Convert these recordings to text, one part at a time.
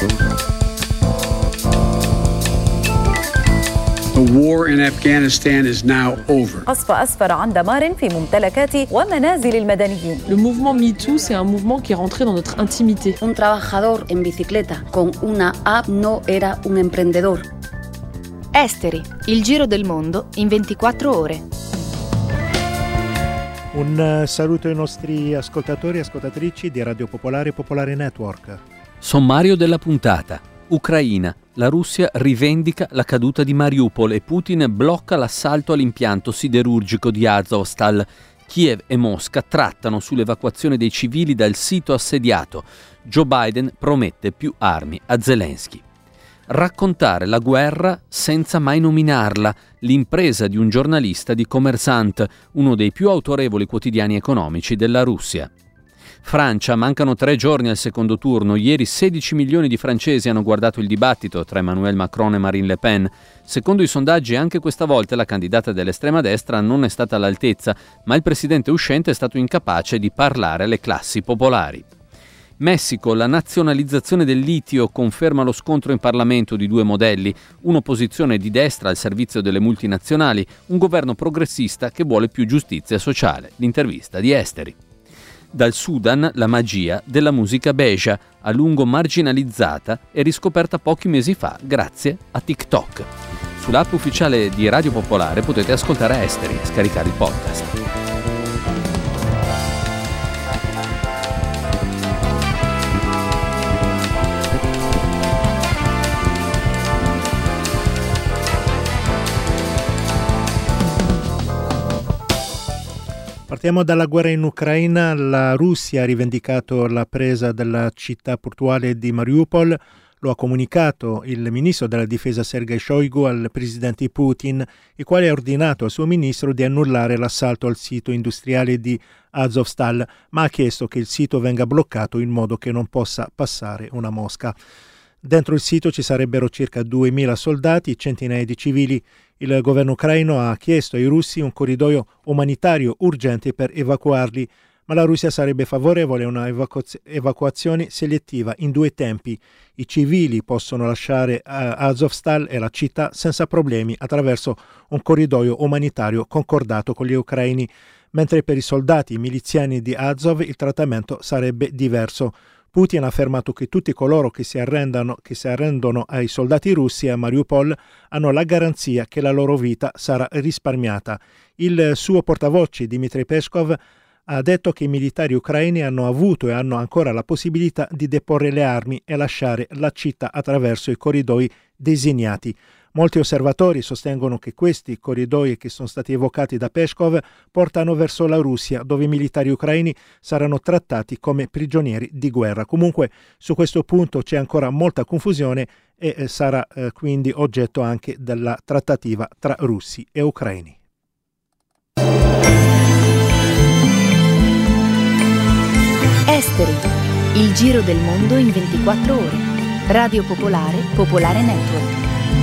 The war in Afghanistan is now over. قصف أسفر عن دمار في ممتلكات ومنازل المدنيين. Le mouvement MeToo, c'est un mouvement qui est rentré dans notre intimité. Un trabajador en bicicleta con una app no era un emprendedor. Esteri, il giro del mondo in 24 ore. Un saluto ai nostri ascoltatori e ascoltatrici di Radio Popolare e Popolare Network. Sommario della puntata. Ucraina. La Russia rivendica la caduta di Mariupol e Putin blocca l'assalto all'impianto siderurgico di Azovstal. Kiev e Mosca trattano sull'evacuazione dei civili dal sito assediato. Joe Biden promette più armi a Zelensky. Raccontare la guerra senza mai nominarla, l'impresa di un giornalista di Kommersant, uno dei più autorevoli quotidiani economici della Russia. Francia, mancano 3 giorni al secondo turno. Ieri 16 milioni di francesi hanno guardato il dibattito tra Emmanuel Macron e Marine Le Pen. Secondo i sondaggi anche questa volta la candidata dell'estrema destra non è stata all'altezza, ma il presidente uscente è stato incapace di parlare alle classi popolari. Messico, la nazionalizzazione del litio conferma lo scontro in Parlamento di 2 modelli, un'opposizione di destra al servizio delle multinazionali, un governo progressista che vuole più giustizia sociale. L'intervista di Esteri. Dal Sudan la magia della musica beja, a lungo marginalizzata e riscoperta pochi mesi fa grazie a TikTok. Sull'app ufficiale di Radio Popolare potete ascoltare Esteri e scaricare il podcast. Partiamo dalla guerra in Ucraina. La Russia ha rivendicato la presa della città portuale di Mariupol. Lo ha comunicato il ministro della difesa Sergei Shoigu al presidente Putin, il quale ha ordinato al suo ministro di annullare l'assalto al sito industriale di Azovstal, ma ha chiesto che il sito venga bloccato in modo che non possa passare una mosca. Dentro il sito ci sarebbero circa 2.000 soldati, centinaia di civili. Il governo ucraino ha chiesto ai russi un corridoio umanitario urgente per evacuarli, ma la Russia sarebbe favorevole a una evacuazione selettiva in 2 tempi. I civili possono lasciare Azovstal e la città senza problemi attraverso un corridoio umanitario concordato con gli ucraini, mentre per i soldati miliziani di Azov il trattamento sarebbe diverso. Putin ha affermato che tutti coloro che si arrendono ai soldati russi a Mariupol hanno la garanzia che la loro vita sarà risparmiata. Il suo portavoce Dmitry Peskov ha detto che i militari ucraini hanno avuto e hanno ancora la possibilità di deporre le armi e lasciare la città attraverso i corridoi designati. Molti osservatori sostengono che questi corridoi che sono stati evocati da Peskov portano verso la Russia, dove i militari ucraini saranno trattati come prigionieri di guerra. Comunque su questo punto c'è ancora molta confusione e sarà quindi oggetto anche della trattativa tra russi e ucraini. Esteri, il giro del mondo in 24 ore. Radio Popolare, Popolare Network.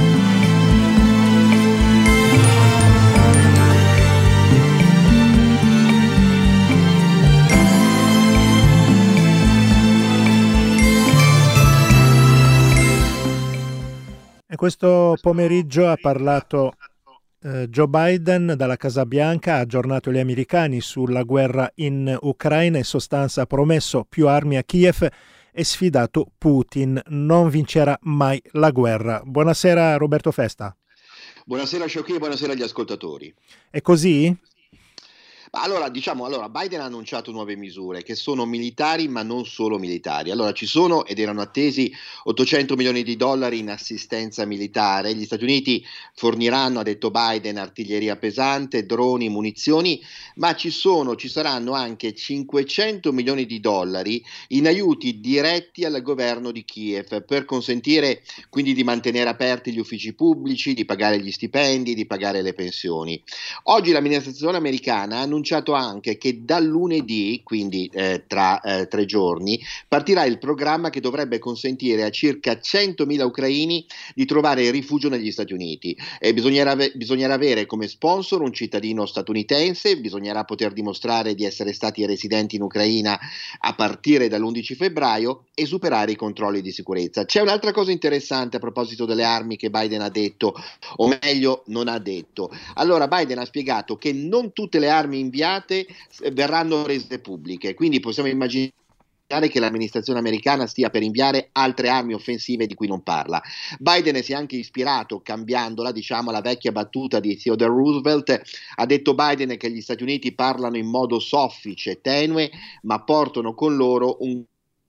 E questo pomeriggio ha parlato Joe Biden dalla Casa Bianca, ha aggiornato gli americani sulla guerra in Ucraina, in sostanza ha promesso più armi a Kiev e sfidato Putin. Non vincerà mai la guerra. Buonasera Roberto Festa. Buonasera Sciocchi e buonasera agli ascoltatori. È così? Allora, Biden ha annunciato nuove misure che sono militari ma non solo militari. Allora ci sono ed erano attesi $800 milioni in assistenza militare. Gli Stati Uniti forniranno, ha detto Biden, artiglieria pesante, droni, munizioni, ma ci saranno anche $500 milioni in aiuti diretti al governo di Kiev per consentire quindi di mantenere aperti gli uffici pubblici, di pagare gli stipendi, di pagare le pensioni. Oggi l'amministrazione americana ha annunciato annunciato anche che dal lunedì, quindi tra 3 giorni, partirà il programma che dovrebbe consentire a circa 100.000 ucraini di trovare rifugio negli Stati Uniti. Bisognerà avere come sponsor un cittadino statunitense, bisognerà poter dimostrare di essere stati residenti in Ucraina a partire dall'11 febbraio e superare i controlli di sicurezza. C'è un'altra cosa interessante a proposito delle armi che Biden ha detto, o meglio non ha detto. Allora Biden ha spiegato che non tutte le armi inviate verranno rese pubbliche, quindi possiamo immaginare che l'amministrazione americana stia per inviare altre armi offensive di cui non parla. Biden si è anche ispirato, cambiandola, diciamo, alla vecchia battuta di Theodore Roosevelt. Ha detto Biden che gli Stati Uniti parlano in modo soffice e tenue, ma portano con loro un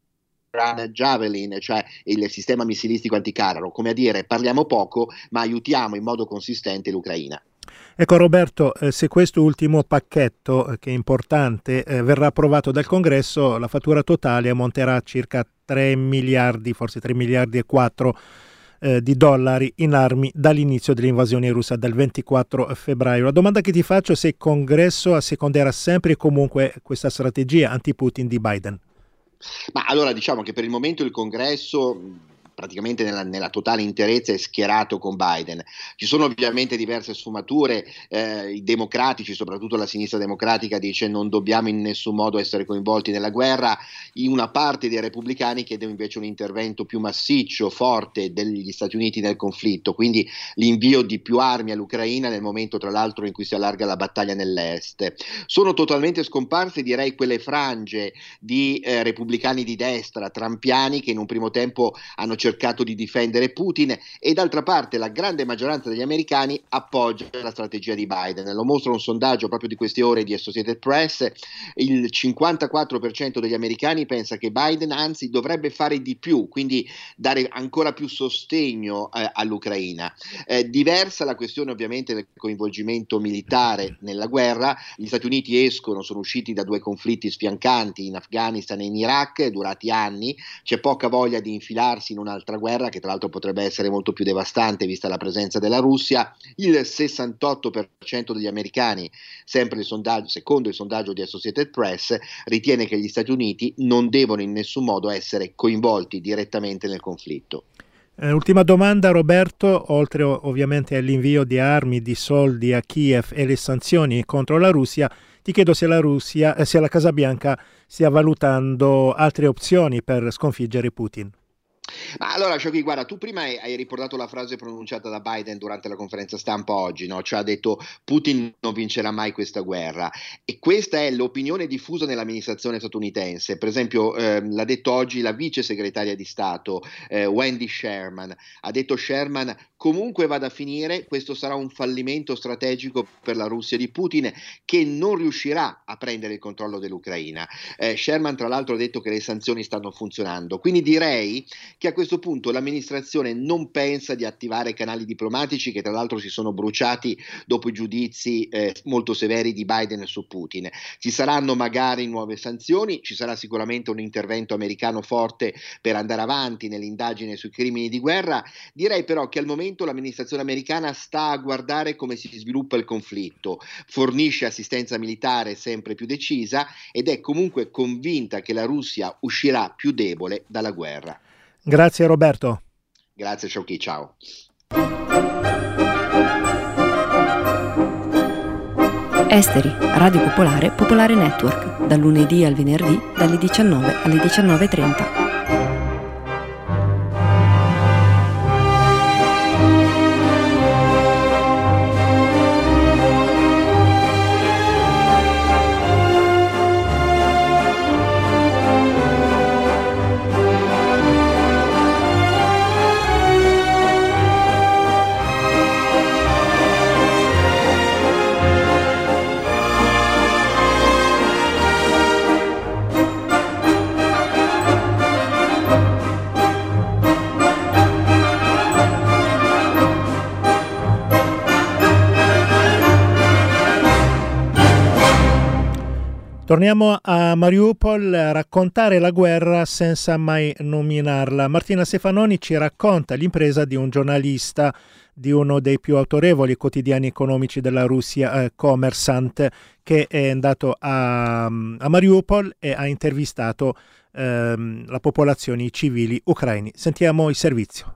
Javelin, cioè il sistema missilistico anticarro, come a dire parliamo poco ma aiutiamo in modo consistente l'Ucraina. Ecco Roberto, se questo ultimo pacchetto, che è importante, verrà approvato dal Congresso, la fattura totale ammonterà a circa 3 miliardi, forse 3 miliardi e 4 di dollari in armi dall'inizio dell'invasione russa del 24 febbraio. La domanda che ti faccio è se il Congresso asseconderà sempre e comunque questa strategia anti-Putin di Biden. Ma allora diciamo che per il momento il Congresso praticamente nella totale interezza è schierato con Biden. Ci sono ovviamente diverse sfumature, i democratici, soprattutto la sinistra democratica, dice non dobbiamo in nessun modo essere coinvolti nella guerra, in una parte dei repubblicani chiede invece un intervento più massiccio, forte degli Stati Uniti nel conflitto, quindi l'invio di più armi all'Ucraina nel momento tra l'altro in cui si allarga la battaglia nell'est. Sono totalmente scomparse direi quelle frange di repubblicani di destra, trampiani, che in un primo tempo hanno cercato di difendere Putin, e d'altra parte la grande maggioranza degli americani appoggia la strategia di Biden. Lo mostra un sondaggio proprio di queste ore di Associated Press: il 54% degli americani pensa che Biden anzi dovrebbe fare di più, quindi dare ancora più sostegno all'Ucraina. Diversa la questione ovviamente del coinvolgimento militare nella guerra. Gli Stati Uniti sono usciti da 2 conflitti sfiancanti in Afghanistan e in Iraq durati anni, c'è poca voglia di infilarsi in un'altra guerra che tra l'altro potrebbe essere molto più devastante vista la presenza della Russia. Il 68% degli americani, sempre secondo il sondaggio di Associated Press, ritiene che gli Stati Uniti non devono in nessun modo essere coinvolti direttamente nel conflitto. Ultima domanda Roberto, oltre ovviamente all'invio di armi, di soldi a Kiev e le sanzioni contro la Russia, ti chiedo se la Casa Bianca stia valutando altre opzioni per sconfiggere Putin. Ma allora, Shoki, guarda, tu prima hai riportato la frase pronunciata da Biden durante la conferenza stampa oggi, no? Cioè ha detto Putin non vincerà mai questa guerra, e questa è l'opinione diffusa nell'amministrazione statunitense. Per esempio l'ha detto oggi la vice segretaria di Stato Wendy Sherman. Ha detto Sherman: comunque vada a finire, questo sarà un fallimento strategico per la Russia di Putin, che non riuscirà a prendere il controllo dell'Ucraina. Sherman tra l'altro ha detto che le sanzioni stanno funzionando, quindi direi che a questo punto l'amministrazione non pensa di attivare canali diplomatici, che tra l'altro si sono bruciati dopo i giudizi molto severi di Biden su Putin. Ci saranno magari nuove sanzioni, ci sarà sicuramente un intervento americano forte per andare avanti nell'indagine sui crimini di guerra. Direi però che al momento l'amministrazione americana sta a guardare come si sviluppa il conflitto, fornisce assistenza militare sempre più decisa ed è comunque convinta che la Russia uscirà più debole dalla guerra. Grazie Roberto. Grazie Shoki, ciao. Esteri, Radio Popolare, Popolare Network, dal lunedì al venerdì, dalle 19 alle 19:30. Torniamo a Mariupol, a raccontare la guerra senza mai nominarla. Martina Stefanoni ci racconta l'impresa di un giornalista di uno dei più autorevoli quotidiani economici della Russia, Kommersant, che è andato a Mariupol e ha intervistato la popolazione, i civili ucraini. Sentiamo il servizio.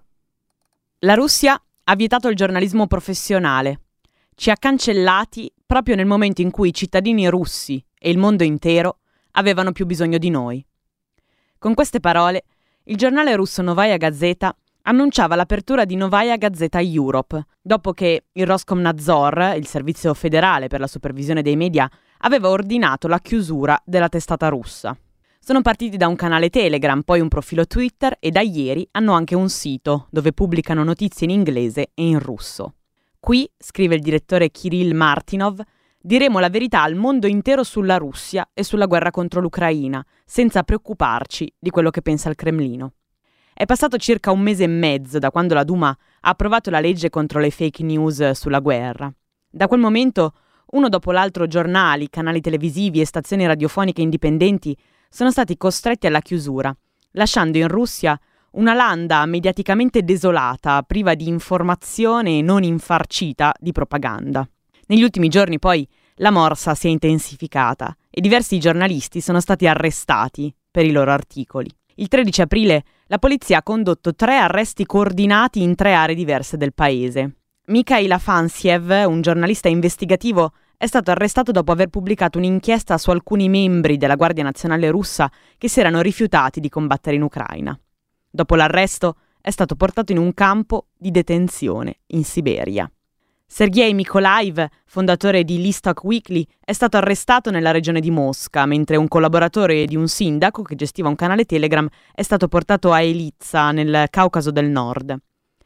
La Russia ha vietato il giornalismo professionale. Ci ha cancellati proprio nel momento in cui i cittadini russi e il mondo intero avevano più bisogno di noi. Con queste parole, il giornale russo Novaya Gazeta annunciava l'apertura di Novaya Gazeta Europe, dopo che il Roskomnadzor, il servizio federale per la supervisione dei media, aveva ordinato la chiusura della testata russa. Sono partiti da un canale Telegram, poi un profilo Twitter e da ieri hanno anche un sito dove pubblicano notizie in inglese e in russo. Qui, scrive il direttore Kirill Martinov, diremo la verità al mondo intero sulla Russia e sulla guerra contro l'Ucraina, senza preoccuparci di quello che pensa il Cremlino. È passato circa 1 mese e mezzo da quando la Duma ha approvato la legge contro le fake news sulla guerra. Da quel momento, uno dopo l'altro giornali, canali televisivi e stazioni radiofoniche indipendenti sono stati costretti alla chiusura, lasciando in Russia una landa mediaticamente desolata, priva di informazione e non infarcita di propaganda. Negli ultimi giorni poi la morsa si è intensificata e diversi giornalisti sono stati arrestati per i loro articoli. Il 13 aprile la polizia ha condotto 3 arresti coordinati in 3 aree diverse del paese. Mikhail Afansiev, un giornalista investigativo, è stato arrestato dopo aver pubblicato un'inchiesta su alcuni membri della Guardia Nazionale russa che si erano rifiutati di combattere in Ucraina. Dopo l'arresto è stato portato in un campo di detenzione in Siberia. Sergei Mykolaiv, fondatore di Listok Weekly, è stato arrestato nella regione di Mosca, mentre un collaboratore di un sindaco che gestiva un canale Telegram è stato portato a Elitsa, nel Caucaso del Nord.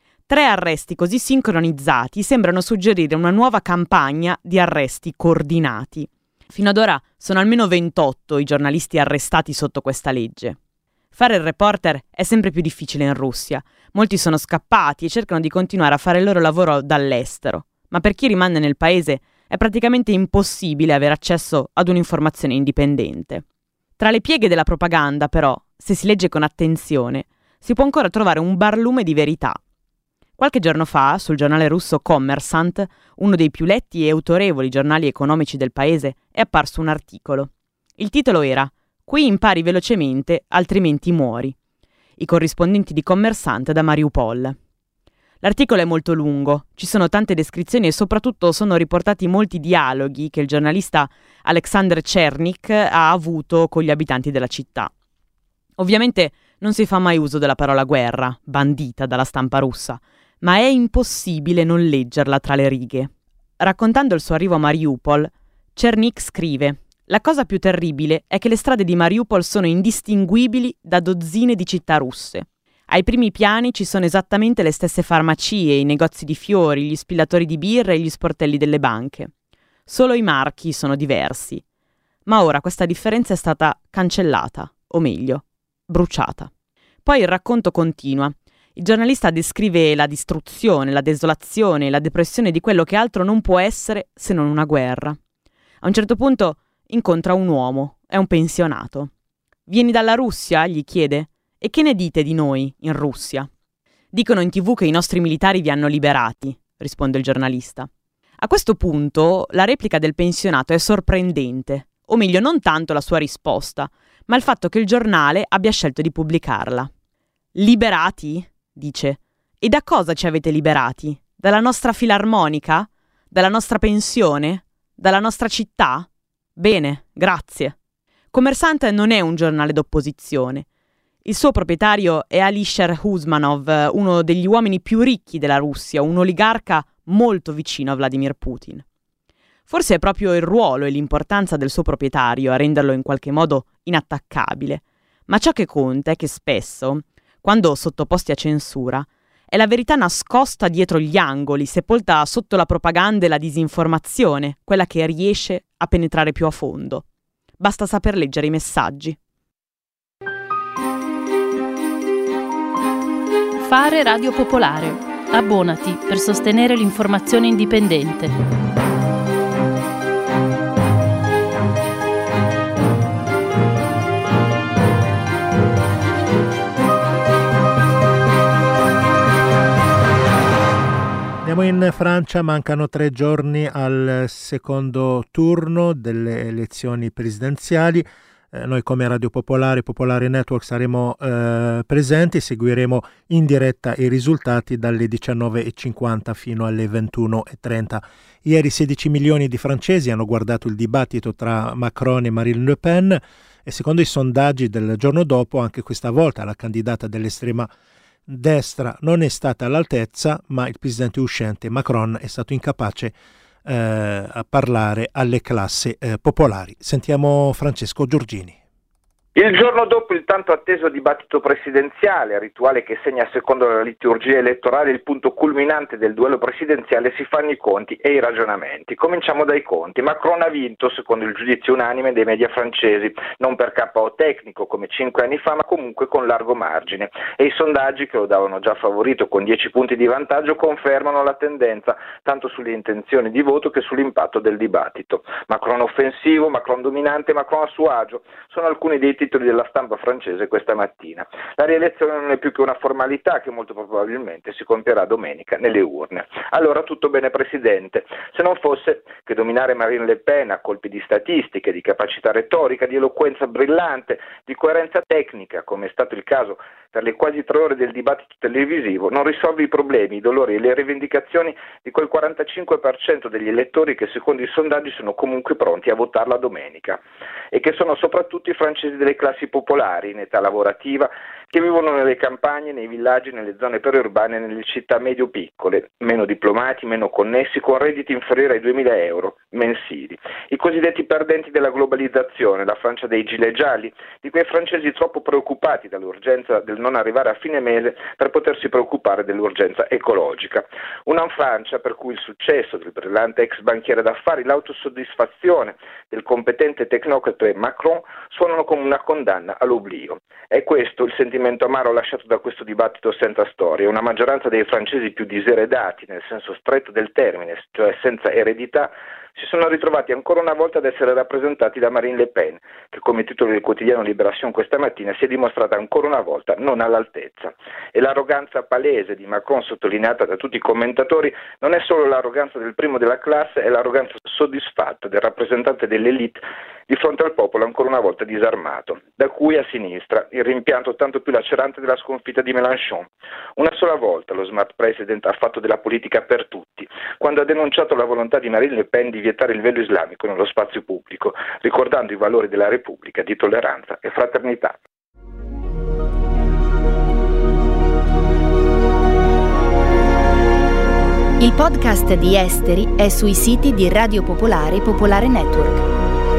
3 arresti così sincronizzati sembrano suggerire una nuova campagna di arresti coordinati. Fino ad ora sono almeno 28 i giornalisti arrestati sotto questa legge. Fare il reporter è sempre più difficile in Russia. Molti sono scappati e cercano di continuare a fare il loro lavoro dall'estero. Ma per chi rimane nel paese è praticamente impossibile avere accesso ad un'informazione indipendente. Tra le pieghe della propaganda, però, se si legge con attenzione, si può ancora trovare un barlume di verità. Qualche giorno fa, sul giornale russo Kommersant, uno dei più letti e autorevoli giornali economici del paese, è apparso un articolo. Il titolo era «Qui impari velocemente, altrimenti muori». I corrispondenti di Kommersant da Mariupol. L'articolo è molto lungo, ci sono tante descrizioni e soprattutto sono riportati molti dialoghi che il giornalista Alexander Chernik ha avuto con gli abitanti della città. Ovviamente non si fa mai uso della parola guerra, bandita dalla stampa russa, ma è impossibile non leggerla tra le righe. Raccontando il suo arrivo a Mariupol, Chernik scrive: «La cosa più terribile è che le strade di Mariupol sono indistinguibili da dozzine di città russe. Ai primi piani ci sono esattamente le stesse farmacie, i negozi di fiori, gli spillatori di birra e gli sportelli delle banche. Solo i marchi sono diversi. Ma ora questa differenza è stata cancellata, o meglio, bruciata». Poi il racconto continua. Il giornalista descrive la distruzione, la desolazione, la depressione di quello che altro non può essere se non una guerra. A un certo punto incontra un uomo, è un pensionato. «Vieni dalla Russia?» gli chiede. «E che ne dite di noi in Russia?» «Dicono in TV che i nostri militari vi hanno liberati», risponde il giornalista. A questo punto la replica del pensionato è sorprendente, o meglio non tanto la sua risposta, ma il fatto che il giornale abbia scelto di pubblicarla. «Liberati?» dice. «E da cosa ci avete liberati? Dalla nostra filarmonica? Dalla nostra pensione? Dalla nostra città? Bene, grazie». Kommersant non è un giornale d'opposizione. Il suo proprietario è Alisher Usmanov, uno degli uomini più ricchi della Russia, un oligarca molto vicino a Vladimir Putin. Forse è proprio il ruolo e l'importanza del suo proprietario a renderlo in qualche modo inattaccabile, ma ciò che conta è che spesso, quando sottoposti a censura, è la verità nascosta dietro gli angoli, sepolta sotto la propaganda e la disinformazione, quella che riesce a penetrare più a fondo. Basta saper leggere i messaggi. Fare Radio Popolare. Abbonati per sostenere l'informazione indipendente. Andiamo in Francia, mancano 3 giorni al secondo turno delle elezioni presidenziali. Noi come Radio Popolare, Popolare Network saremo presenti, seguiremo in diretta i risultati dalle 19.50 fino alle 21.30. Ieri 16 milioni di francesi hanno guardato il dibattito tra Macron e Marine Le Pen e secondo i sondaggi del giorno dopo anche questa volta la candidata dell'estrema destra non è stata all'altezza, ma il presidente uscente Macron è stato incapace a parlare alle classi popolari. Sentiamo Francesco Giorgini. Il giorno dopo il tanto atteso dibattito presidenziale, rituale che segna secondo la liturgia elettorale il punto culminante del duello presidenziale, si fanno i conti e i ragionamenti. Cominciamo dai conti. Macron ha vinto secondo il giudizio unanime dei media francesi, non per KO tecnico come 5 anni fa, ma comunque con largo margine. E i sondaggi, che lo davano già favorito con 10 punti di vantaggio, confermano la tendenza tanto sulle intenzioni di voto che sull'impatto del dibattito. Macron offensivo, Macron dominante, Macron a suo agio sono alcuni dei titoli della stampa francese questa mattina. La rielezione non è più che una formalità che molto probabilmente si compierà domenica nelle urne. Allora tutto bene, Presidente, se non fosse che dominare Marine Le Pen a colpi di statistiche, di capacità retorica, di eloquenza brillante, di coerenza tecnica, come è stato il caso per le quasi 3 ore del dibattito televisivo, non risolve i problemi, i dolori e le rivendicazioni di quel 45% degli elettori che secondo i sondaggi sono comunque pronti a votarla domenica e che sono soprattutto i francesi delle classi popolari in età lavorativa che vivono nelle campagne, nei villaggi, nelle zone periurbane e nelle città medio-piccole, meno diplomati, meno connessi, con redditi inferiori ai 2.000 euro mensili. I cosiddetti perdenti della globalizzazione, la Francia dei gilet gialli, di quei francesi troppo preoccupati dall'urgenza del non arrivare a fine mese per potersi preoccupare dell'urgenza ecologica. Una Francia per cui il successo del brillante ex banchiere d'affari, l'autosoddisfazione del competente tecnocrate Macron suonano come una condanna all'oblio. È questo il sentimento amaro lasciato da questo dibattito senza storia. Una maggioranza dei francesi più diseredati, nel senso stretto del termine, cioè senza eredità, si sono ritrovati ancora una volta ad essere rappresentati da Marine Le Pen, che come titolo del quotidiano Libération questa mattina si è dimostrata ancora una volta non all'altezza. E l'arroganza palese di Macron, sottolineata da tutti i commentatori, non è solo l'arroganza del primo della classe, è l'arroganza soddisfatta del rappresentante dell'elite di fronte al popolo ancora una volta disarmato, da cui a sinistra il rimpianto tanto più lacerante della sconfitta di Mélenchon. Una sola volta lo smart president ha fatto della politica per tutti, quando ha denunciato la volontà di Marine Le Pen di vietare il velo islamico nello spazio pubblico, ricordando i valori della Repubblica di tolleranza e fraternità. Il podcast di Esteri è sui siti di Radio Popolare e Popolare Network.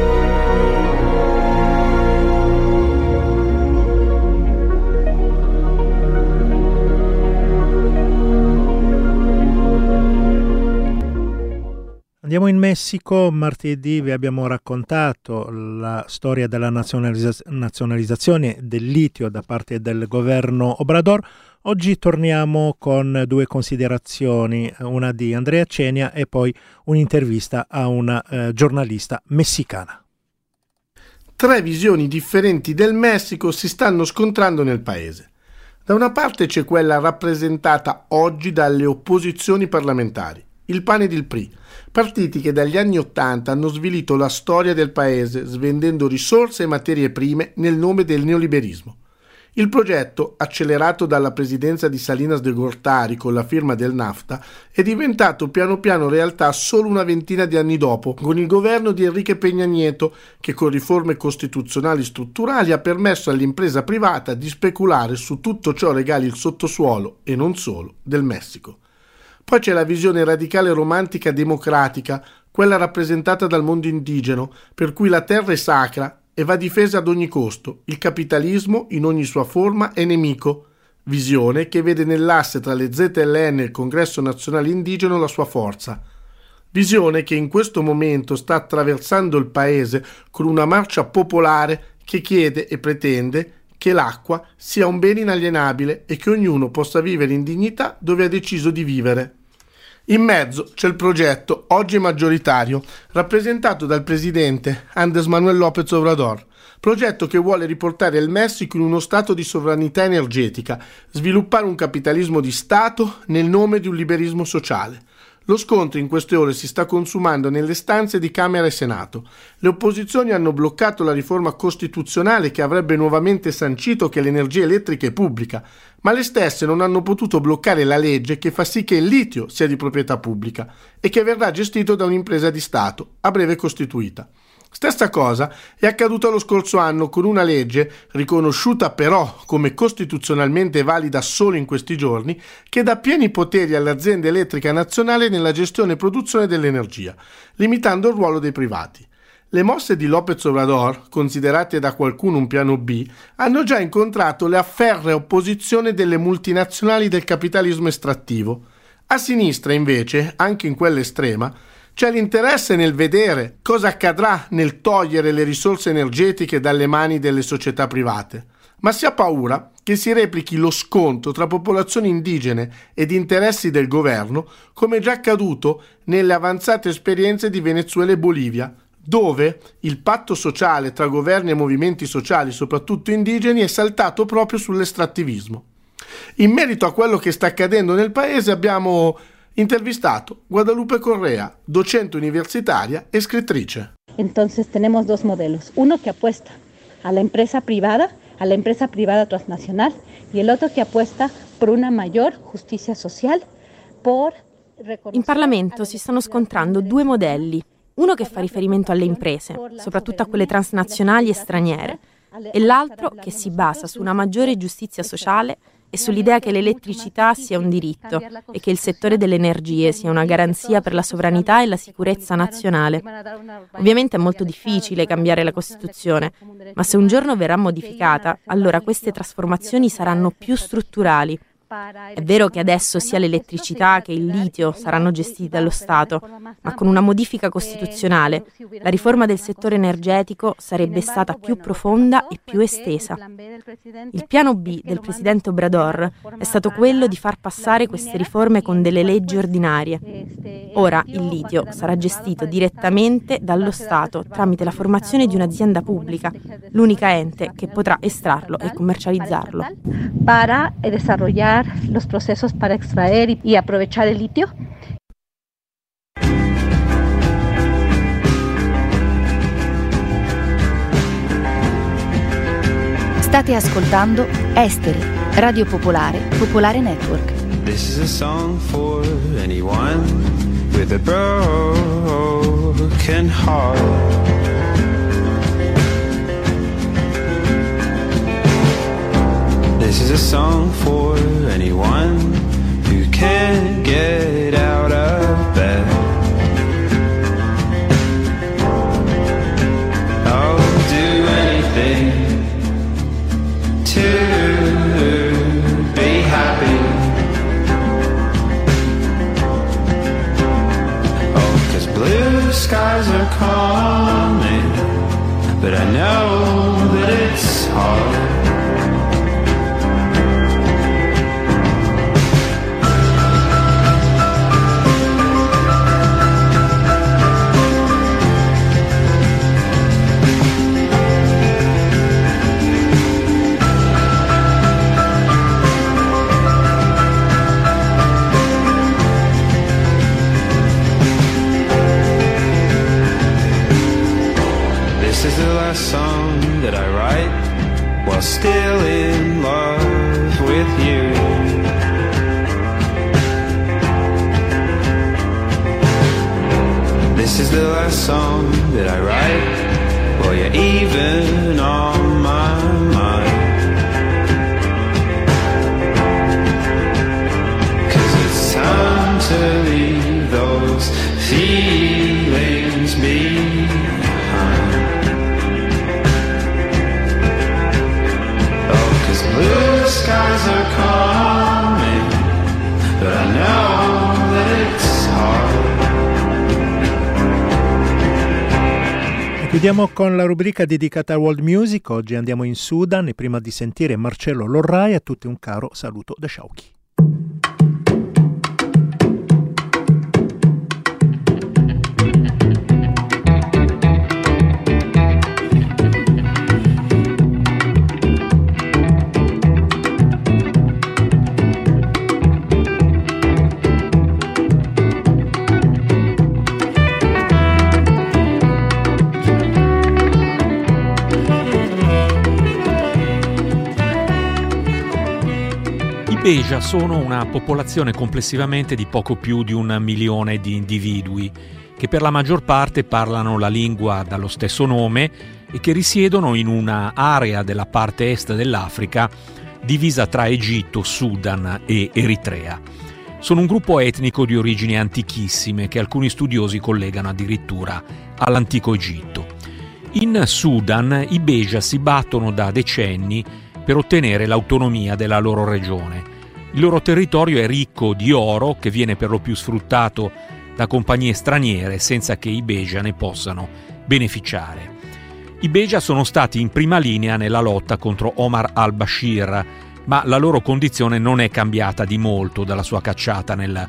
Andiamo in Messico. Martedì vi abbiamo raccontato la storia della nazionalizzazione del litio da parte del governo Obrador. Oggi torniamo con 2 considerazioni, una di Andrea Cenia e poi un'intervista a una giornalista messicana. 3 visioni differenti del Messico si stanno scontrando nel paese. Da una parte c'è quella rappresentata oggi dalle opposizioni parlamentari, il PAN ed il PRI, partiti che dagli anni '80 hanno svilito la storia del paese svendendo risorse e materie prime nel nome del neoliberismo. Il progetto, accelerato dalla presidenza di Salinas de Gortari con la firma del NAFTA, è diventato piano piano realtà solo una ventina di anni dopo, con il governo di Enrique Peña Nieto, che con riforme costituzionali strutturali ha permesso all'impresa privata di speculare su tutto ciò legale il sottosuolo, e non solo, del Messico. Poi c'è la visione radicale romantica democratica, quella rappresentata dal mondo indigeno, per cui la terra è sacra e va difesa ad ogni costo. Il capitalismo, in ogni sua forma, è nemico. Visione che vede nell'asse tra le ZLN e il Congresso Nazionale Indigeno la sua forza. Visione che in questo momento sta attraversando il paese con una marcia popolare che chiede e pretende che l'acqua sia un bene inalienabile e che ognuno possa vivere in dignità dove ha deciso di vivere. In mezzo c'è il progetto, oggi maggioritario, rappresentato dal presidente Andrés Manuel López Obrador, progetto che vuole riportare il Messico in uno stato di sovranità energetica, sviluppare un capitalismo di Stato nel nome di un liberismo sociale. Lo scontro in queste ore si sta consumando nelle stanze di Camera e Senato. Le opposizioni hanno bloccato la riforma costituzionale che avrebbe nuovamente sancito che l'energia elettrica è pubblica, ma le stesse non hanno potuto bloccare la legge che fa sì che il litio sia di proprietà pubblica e che verrà gestito da un'impresa di Stato, a breve costituita. Stessa cosa è accaduta lo scorso anno con una legge, riconosciuta però come costituzionalmente valida solo in questi giorni, che dà pieni poteri all'azienda elettrica nazionale nella gestione e produzione dell'energia, limitando il ruolo dei privati. Le mosse di López Obrador, considerate da qualcuno un piano B, hanno già incontrato la ferrea opposizione delle multinazionali del capitalismo estrattivo. A sinistra, invece, anche in quella estrema, c'è l'interesse nel vedere cosa accadrà nel togliere le risorse energetiche dalle mani delle società private, ma si ha paura che si replichi lo scontro tra popolazioni indigene ed interessi del governo, come già accaduto nelle avanzate esperienze di Venezuela e Bolivia, dove il patto sociale tra governi e movimenti sociali, soprattutto indigeni, è saltato proprio sull'estrattivismo. In merito a quello che sta accadendo nel paese abbiamo intervistato Guadalupe Correa, docente universitaria e scrittrice. Entonces tenemos dos modelos, uno que apuesta a la empresa privada transnacional y el otro que apuesta por una mayor justicia social, In Parlamento si stanno scontrando due modelli, uno che fa riferimento alle imprese, soprattutto a quelle transnazionali e straniere, e l'altro che si basa su una maggiore giustizia sociale e sull'idea che l'elettricità sia un diritto e che il settore delle energie sia una garanzia per la sovranità e la sicurezza nazionale. Ovviamente è molto difficile cambiare la Costituzione, ma se un giorno verrà modificata, allora queste trasformazioni saranno più strutturali. È vero che adesso sia l'elettricità che il litio saranno gestiti dallo Stato, ma con una modifica costituzionale la riforma del settore energetico sarebbe stata più profonda e più estesa. Il piano B del presidente Obrador è stato quello di far passare queste riforme con delle leggi ordinarie. Ora il litio sarà gestito direttamente dallo Stato tramite la formazione di un'azienda pubblica, l'unica ente che potrà estrarlo e commercializzarlo. Para desarrollar los procesos para extraer y aprovechar el litio. State ascoltando Esteri, Radio Popolare, Popolare Network. This is a song for anyone with a broken heart. This is a song for anyone who can't get out of bed. I'll do anything to be happy. Oh, 'cause blue skies are coming, but I know that it's hard. Song that I write while still in love with you. This is the last song that I write while you're even on my mind. 'Cause it's time to leave those feelings behind. Blue skies are coming, but I know that it's hard. E chiudiamo con la rubrica dedicata al world music. Oggi andiamo in Sudan e prima di sentire Marcello Lorrai a tutti un caro saluto da Shauki. Beja sono una popolazione complessivamente di poco più di 1 milione di individui che per la maggior parte parlano la lingua dallo stesso nome e che risiedono in una area della parte est dell'Africa divisa tra Egitto, Sudan e Eritrea. Sono un gruppo etnico di origini antichissime che alcuni studiosi collegano addirittura all'antico Egitto. In Sudan i Beja si battono da decenni per ottenere l'autonomia della loro regione. Il loro territorio è ricco di oro che viene per lo più sfruttato da compagnie straniere senza che i Beja ne possano beneficiare. I Beja sono stati in prima linea nella lotta contro Omar al-Bashir, ma la loro condizione non è cambiata di molto dalla sua cacciata nel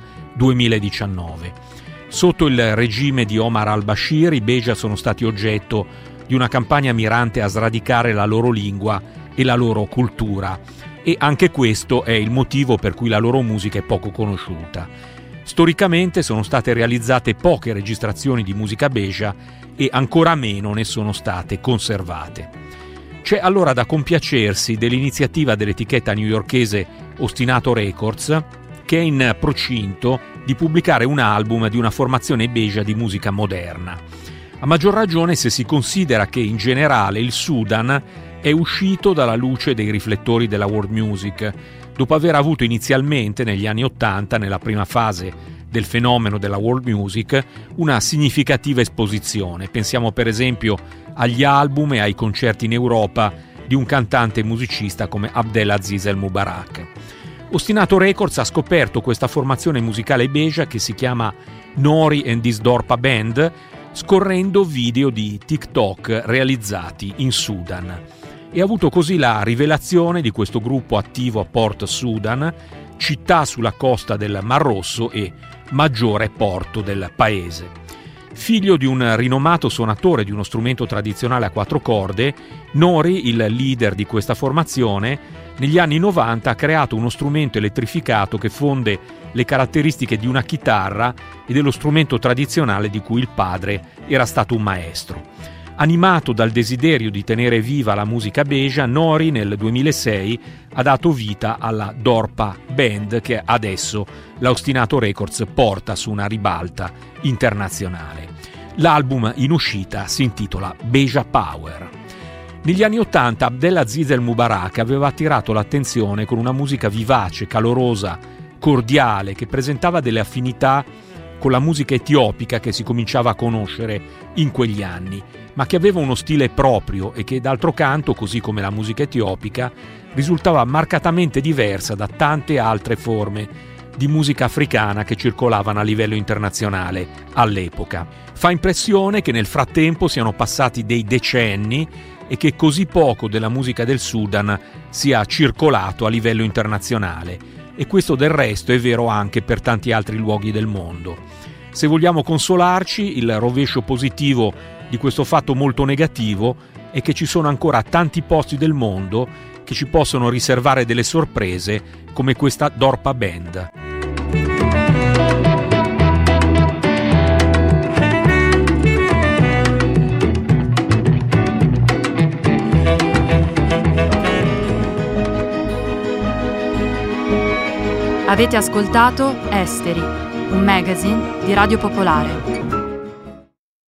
2019. Sotto il regime di Omar al-Bashir i Beja sono stati oggetto di una campagna mirante a sradicare la loro lingua e la loro cultura, e anche questo è il motivo per cui la loro musica è poco conosciuta. Storicamente sono state realizzate poche registrazioni di musica Beja e ancora meno ne sono state conservate. C'è allora da compiacersi dell'iniziativa dell'etichetta newyorkese Ostinato Records, che è in procinto di pubblicare un album di una formazione Beja di musica moderna. A maggior ragione se si considera che in generale il Sudan è uscito dalla luce dei riflettori della world music, dopo aver avuto inizialmente negli anni '80, nella prima fase del fenomeno della world music, una significativa esposizione. Pensiamo per esempio agli album e ai concerti in Europa di un cantante e musicista come Abdelaziz El Mubarak. Ostinato Records ha scoperto questa formazione musicale Beja che si chiama Nori and This Dorpa Band scorrendo video di TikTok realizzati in Sudan. E ha avuto così la rivelazione di questo gruppo attivo a Port Sudan, città sulla costa del Mar Rosso e maggiore porto del paese. Figlio di un rinomato suonatore di uno strumento tradizionale a 4 corde, Nori, il leader di questa formazione, negli anni 90 ha creato uno strumento elettrificato che fonde le caratteristiche di una chitarra e dello strumento tradizionale di cui il padre era stato un maestro. Animato dal desiderio di tenere viva la musica Beja, Nori nel 2006 ha dato vita alla Dorpa Band che adesso l'Ostinato Records porta su una ribalta internazionale. L'album in uscita si intitola Beja Power. Negli anni '80 Abdelaziz El Mubarak aveva attirato l'attenzione con una musica vivace, calorosa, cordiale, che presentava delle affinità con la musica etiopica che si cominciava a conoscere in quegli anni, ma che aveva uno stile proprio e che d'altro canto, così come la musica etiopica, risultava marcatamente diversa da tante altre forme di musica africana che circolavano a livello internazionale all'epoca. Fa impressione che nel frattempo siano passati dei decenni e che così poco della musica del Sudan sia circolato a livello internazionale, e questo del resto è vero anche per tanti altri luoghi del mondo. Se vogliamo consolarci, il rovescio positivo di questo fatto molto negativo è che ci sono ancora tanti posti del mondo che ci possono riservare delle sorprese come questa Dorpa Band. Avete ascoltato Esteri, un magazine di Radio Popolare.